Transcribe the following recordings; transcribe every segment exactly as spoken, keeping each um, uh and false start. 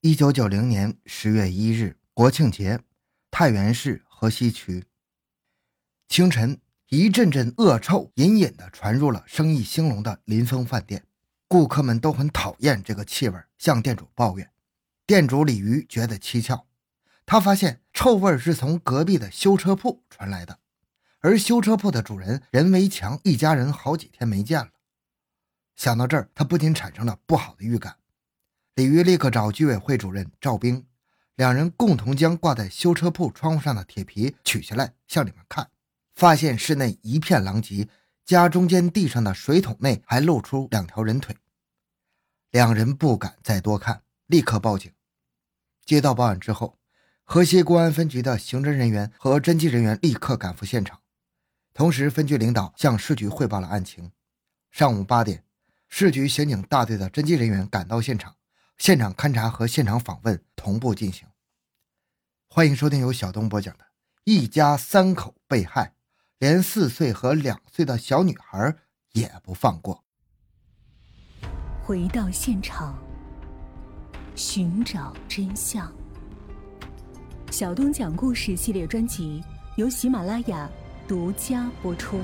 一九九零年十月一日，国庆节，太原市河西区。清晨，一阵阵恶臭隐隐地传入了生意兴隆的林峰饭店，顾客们都很讨厌这个气味，向店主抱怨。店主李鱼觉得蹊跷，他发现臭味是从隔壁的修车铺传来的，而修车铺的主人任维强一家人好几天没见了。想到这儿，他不禁产生了不好的预感。李鱼立刻找居委会主任赵兵，两人共同将挂在修车铺窗户上的铁皮取下来向里面看，发现室内一片狼藉，家中间地上的水桶内还露出两条人腿。两人不敢再多看，立刻报警。接到报案之后，河西公安分局的刑侦人员和侦缉人员立刻赶赴现场，同时分局领导向市局汇报了案情。上午八点，市局刑警大队的侦缉人员赶到现场，现场勘查和现场访问同步进行。欢迎收听由小东播讲的一家三口被害，连四岁和两岁的小女孩也不放过。 回到现场，寻找真相。小东讲故事系列专辑由喜马拉雅独家播出。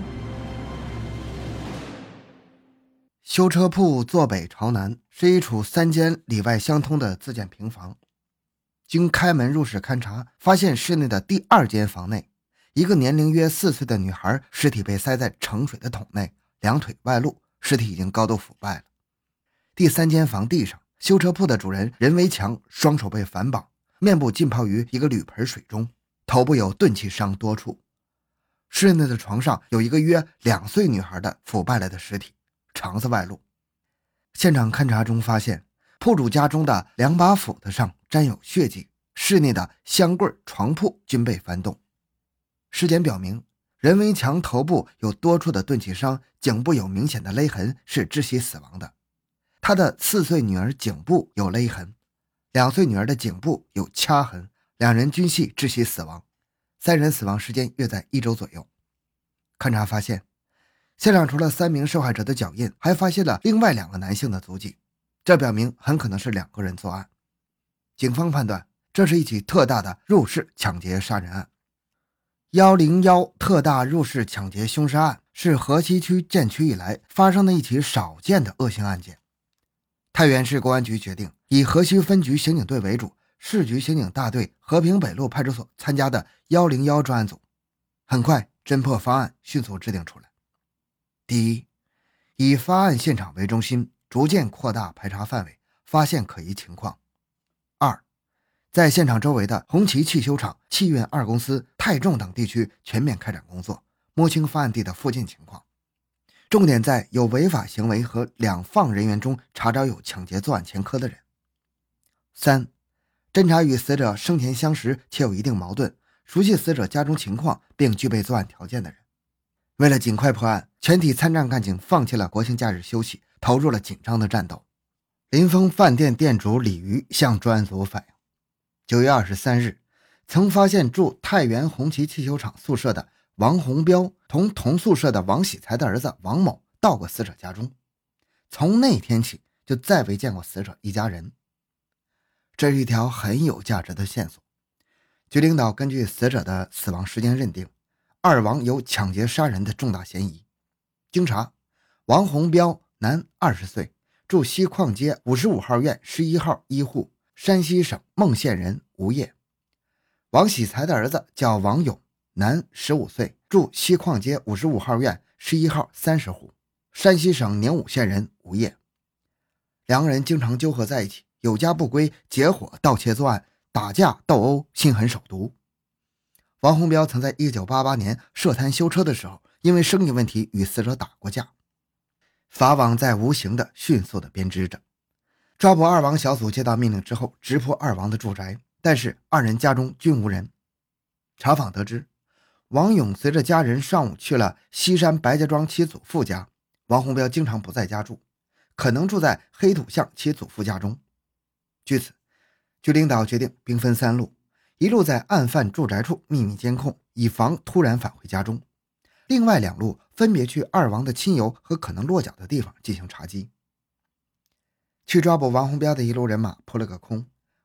修车铺坐北朝南，是一处三间里外相通的自建平房。经开门入室勘查，发现室内的第二间房内，一个年龄约四岁的女孩尸体被塞在盛水的桶内，两腿外露，尸体已经高度腐败了。第三间房地上，修车铺的主人任维强双手被反绑，面部浸泡于一个铝盆水中，头部有钝器伤多处。室内的床上有一个约两岁女孩的腐败了的尸体，肠子外露。现场勘查中发现，铺主家中的两把斧子上沾有血迹，室内的箱柜、床铺均被翻动。尸检表明，任维强头部有多处的钝器伤，颈部有明显的勒痕，是窒息死亡的。他的四岁女儿颈部有勒痕，两岁女儿的颈部有掐痕，两人均系窒息死亡，三人死亡时间约在一周左右。勘查发现，现场除了三名受害者的脚印，还发现了另外两个男性的足迹，这表明很可能是两个人作案。警方判断，这是一起特大的入室抢劫杀人案。一零一特大入室抢劫凶杀案是河西区建区以来发生的一起少见的恶性案件。太原市公安局决定以河西分局刑警队为主，市局刑警大队和平北路派出所参加的一零一专案组。很快，侦破方案迅速制定出来。第一，以发案现场为中心，逐渐扩大排查范围，发现可疑情况。二，在现场周围的红旗汽修厂、汽运二公司、泰众等地区全面开展工作，摸清发案地的附近情况，重点在有违法行为和两放人员中查找有抢劫作案前科的人。三，侦查与死者生前相识且有一定矛盾，熟悉死者家中情况并具备作案条件的人。为了尽快破案，全体参战干警放弃了国庆假日休息，投入了紧张的战斗。林峰饭店店主李鱼向专案组反映，九月二十三日，曾发现住太原红旗汽修厂宿舍的王洪彪同同宿舍的王喜才的儿子王某到过死者家中，从那天起就再未见过死者一家人。这是一条很有价值的线索。局领导根据死者的死亡时间认定，二王有抢劫杀人的重大嫌疑。经查，王洪彪，男，二十岁，住西矿街五十五号院十一号一户，山西省孟县人，无业。王喜才的儿子叫王勇，男，十五岁，住西矿街五十五号院十一号三十户，山西省宁武县人，无业。两人经常纠合在一起，有家不归，结伙盗窃作案，打架斗殴，心狠手毒。王洪彪曾在一九八八年涉滩修车的时候，因为生意问题与死者打过架。法网在无形的迅速的编织着。抓捕二王小组接到命令之后，直扑二王的住宅，但是二人家中均无人。查访得知，王勇随着家人上午去了西山白家庄其祖父家，王洪彪经常不在家住，可能住在黑土巷其祖父家中。据此，局领导决定兵分三路，一路在案犯住宅处秘密监控，以防突然返回家中；另外两路分别去二王的亲友和可能落脚的地方进行查缉。去抓捕王洪彪的一路人马扑了个空，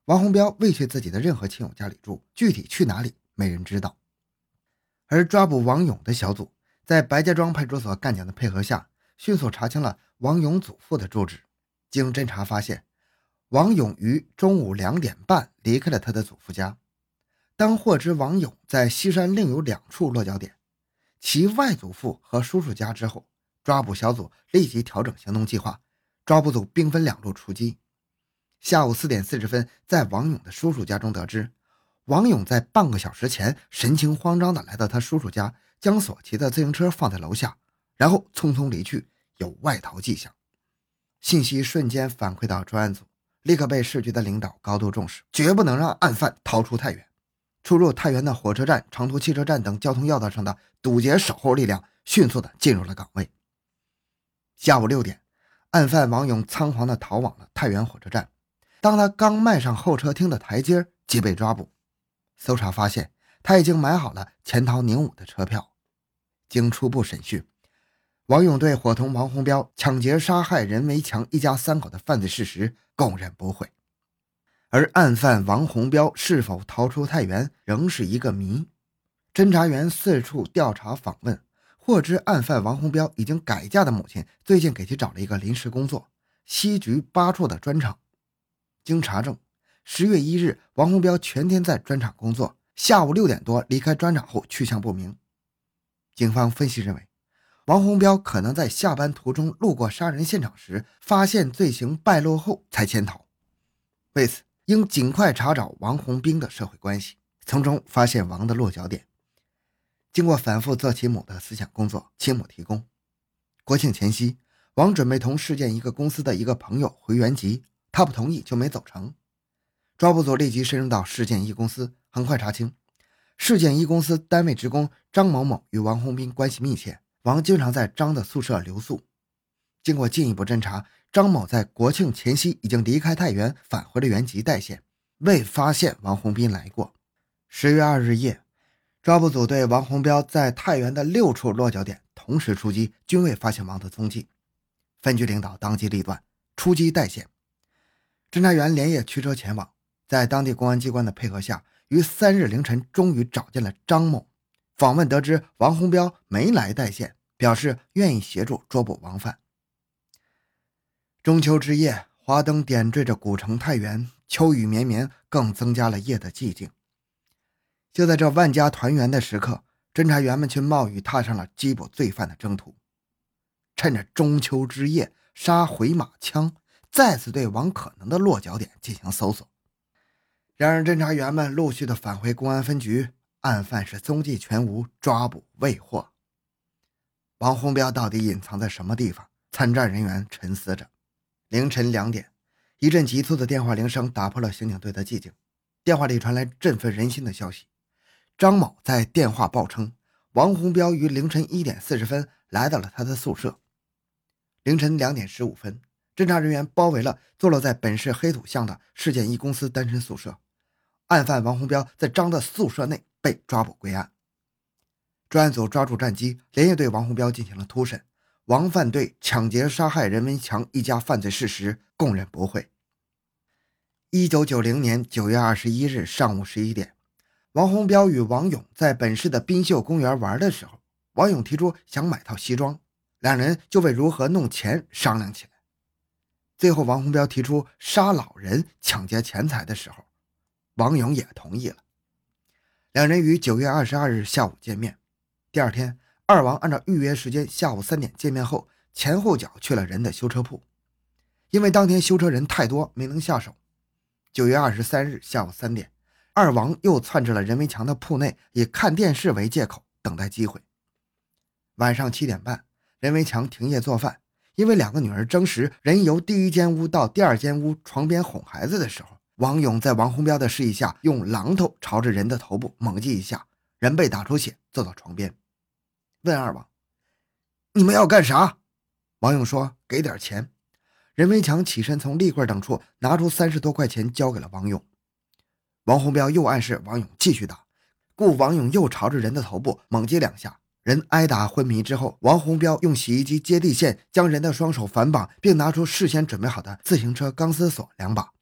王洪彪未去自己的任何亲友家里住，具体去哪里没人知道。而抓捕王勇的小组在白家庄派出所干警的配合下，迅速查清了王勇祖父的住址。经侦查发现，王勇于中午两点半离开了他的祖父家。当获知王勇在西山另有两处落脚点，其外祖父和叔叔家之后，抓捕小组立即调整行动计划，抓捕组兵分两路出击。下午四点四十分，在王勇的叔叔家中得知，王勇在半个小时前神情慌张地来到他叔叔家，将所骑的自行车放在楼下，然后匆匆离去，有外逃迹象。信息瞬间反馈到专案组，立刻被市局的领导高度重视，绝不能让案犯逃出太原。出入太原的火车站、长途汽车站等交通要道上的堵截守候力量迅速地进入了岗位。下午六点，案犯王勇仓皇地逃往了太原火车站。当他刚迈上候车厅的台阶，即被抓捕。搜查发现，他已经买好了潜逃宁武的车票。经初步审讯，王勇对伙同王洪彪抢劫杀害任维强一家三口的犯罪事实供认不讳。而案犯王洪彪是否逃出太原仍是一个谜。侦查员四处调查访问，获知案犯王洪彪已经改嫁的母亲最近给其找了一个临时工作，西局八处的砖厂。经查证，十月一日，王洪彪全天在砖厂工作，下午六点多离开砖厂后去向不明。警方分析认为，王洪彪可能在下班途中路过杀人现场时，发现罪行败露后才潜逃。为此，应尽快查找王洪兵的社会关系，从中发现王的落脚点。经过反复做其母的思想工作，其母提供，国庆前夕，王准备同市建一个公司的一个朋友回原籍，他不同意就没走成。抓捕组立即深入到市建一公司，很快查清市建一公司单位职工张某某与王洪兵关系密切，王经常在张的宿舍留宿。经过进一步侦查，张某在国庆前夕已经离开太原，返回了原籍代县，未发现王洪兵来过。十月二日夜，抓捕组对王洪彪在太原的六处落脚点同时出击，均未发现王的踪迹。分局领导当机立断，出击代县。侦查员连夜驱车前往，在当地公安机关的配合下，于三日凌晨终于找见了张某。访问得知王洪彪没来代县，表示愿意协助捉捕王犯。中秋之夜，华灯点缀着古城太原，秋雨绵绵，更增加了夜的寂静。就在这万家团圆的时刻，侦查员们却冒雨踏上了缉捕罪犯的征途。趁着中秋之夜，杀回马枪，再次对王可能的落脚点进行搜索。然而侦查员们陆续的返回公安分局，案犯是踪迹全无，抓捕未获。王洪彪到底隐藏在什么地方？参战人员沉思着。凌晨两点，一阵急促的电话铃声打破了刑警队的寂静。电话里传来振奋人心的消息，张某在电话报称，王洪彪于凌晨一点四十分来到了他的宿舍。凌晨两点十五分，侦查人员包围了坐落在本市黑土巷的市建一公司单身宿舍，案犯王洪彪在张的宿舍内被抓捕归案。专案组抓住战机，连夜对王洪彪进行了突审。王犯对抢劫杀害任文强一家犯罪事实供认不讳。一九九零年九月二十一日上午十一点，王洪彪与王勇在本市的滨秀公园玩的时候，王勇提出想买套西装，两人就为如何弄钱商量起来。最后王洪彪提出杀老人抢劫钱财的时候，王勇也同意了。两人于九月二十二日下午见面。第二天，二王按照预约时间下午三点见面后，前后脚去了人的修车铺。因为当天修车人太多，没能下手。九月二十三日下午三点，二王又窜至了任维强的铺内，以看电视为借口等待机会。晚上七点半，任维强停业做饭，因为两个女儿争食，人由第一间屋到第二间屋床边哄孩子的时候，王勇在王洪彪的示意下，用榔头朝着人的头部猛击一下，人被打出血，坐到床边。问二王，你们要干啥？王勇说，给点钱。任维强起身从立柜等处拿出三十多块钱交给了王勇。王洪彪又暗示王勇继续打，故王勇又朝着人的头部猛击两下，人挨打昏迷之后，王洪彪用洗衣机接地线将人的双手反绑，并拿出事先准备好的自行车钢丝锁两把，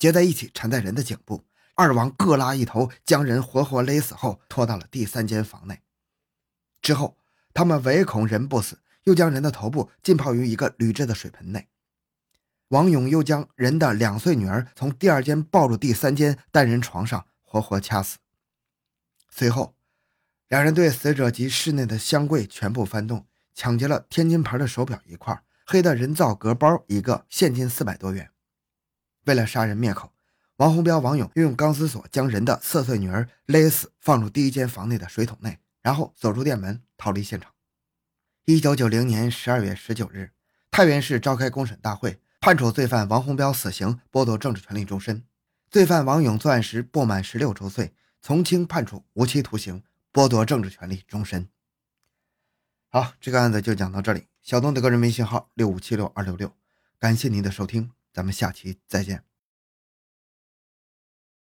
结在一起缠在人的颈部，二王各拉一头，将人活活勒死后拖到了第三间房内。之后他们唯恐人不死，又将人的头部浸泡于一个铝制的水盆内。王勇又将人的两岁女儿从第二间抱入第三间单人床上，活活掐死。随后两人对死者及室内的箱柜全部翻动，抢劫了天津牌的手表一块，黑的人造革包一个，现金四百多元。为了杀人灭口，王洪彪、王勇又用钢丝锁将人的四岁女儿勒死，放入第一间房内的水桶内，然后锁住店门逃离现场。一九九零年十二月十九日，太原市召开公审大会，判处罪犯王洪彪死刑，剥夺政治权利终身；罪犯王勇作案时不满十六周岁，从轻判处无期徒刑，剥夺政治权利终身。好，这个案子就讲到这里。小东的个人微信号六五七六二六六，感谢您的收听，咱们下期再见。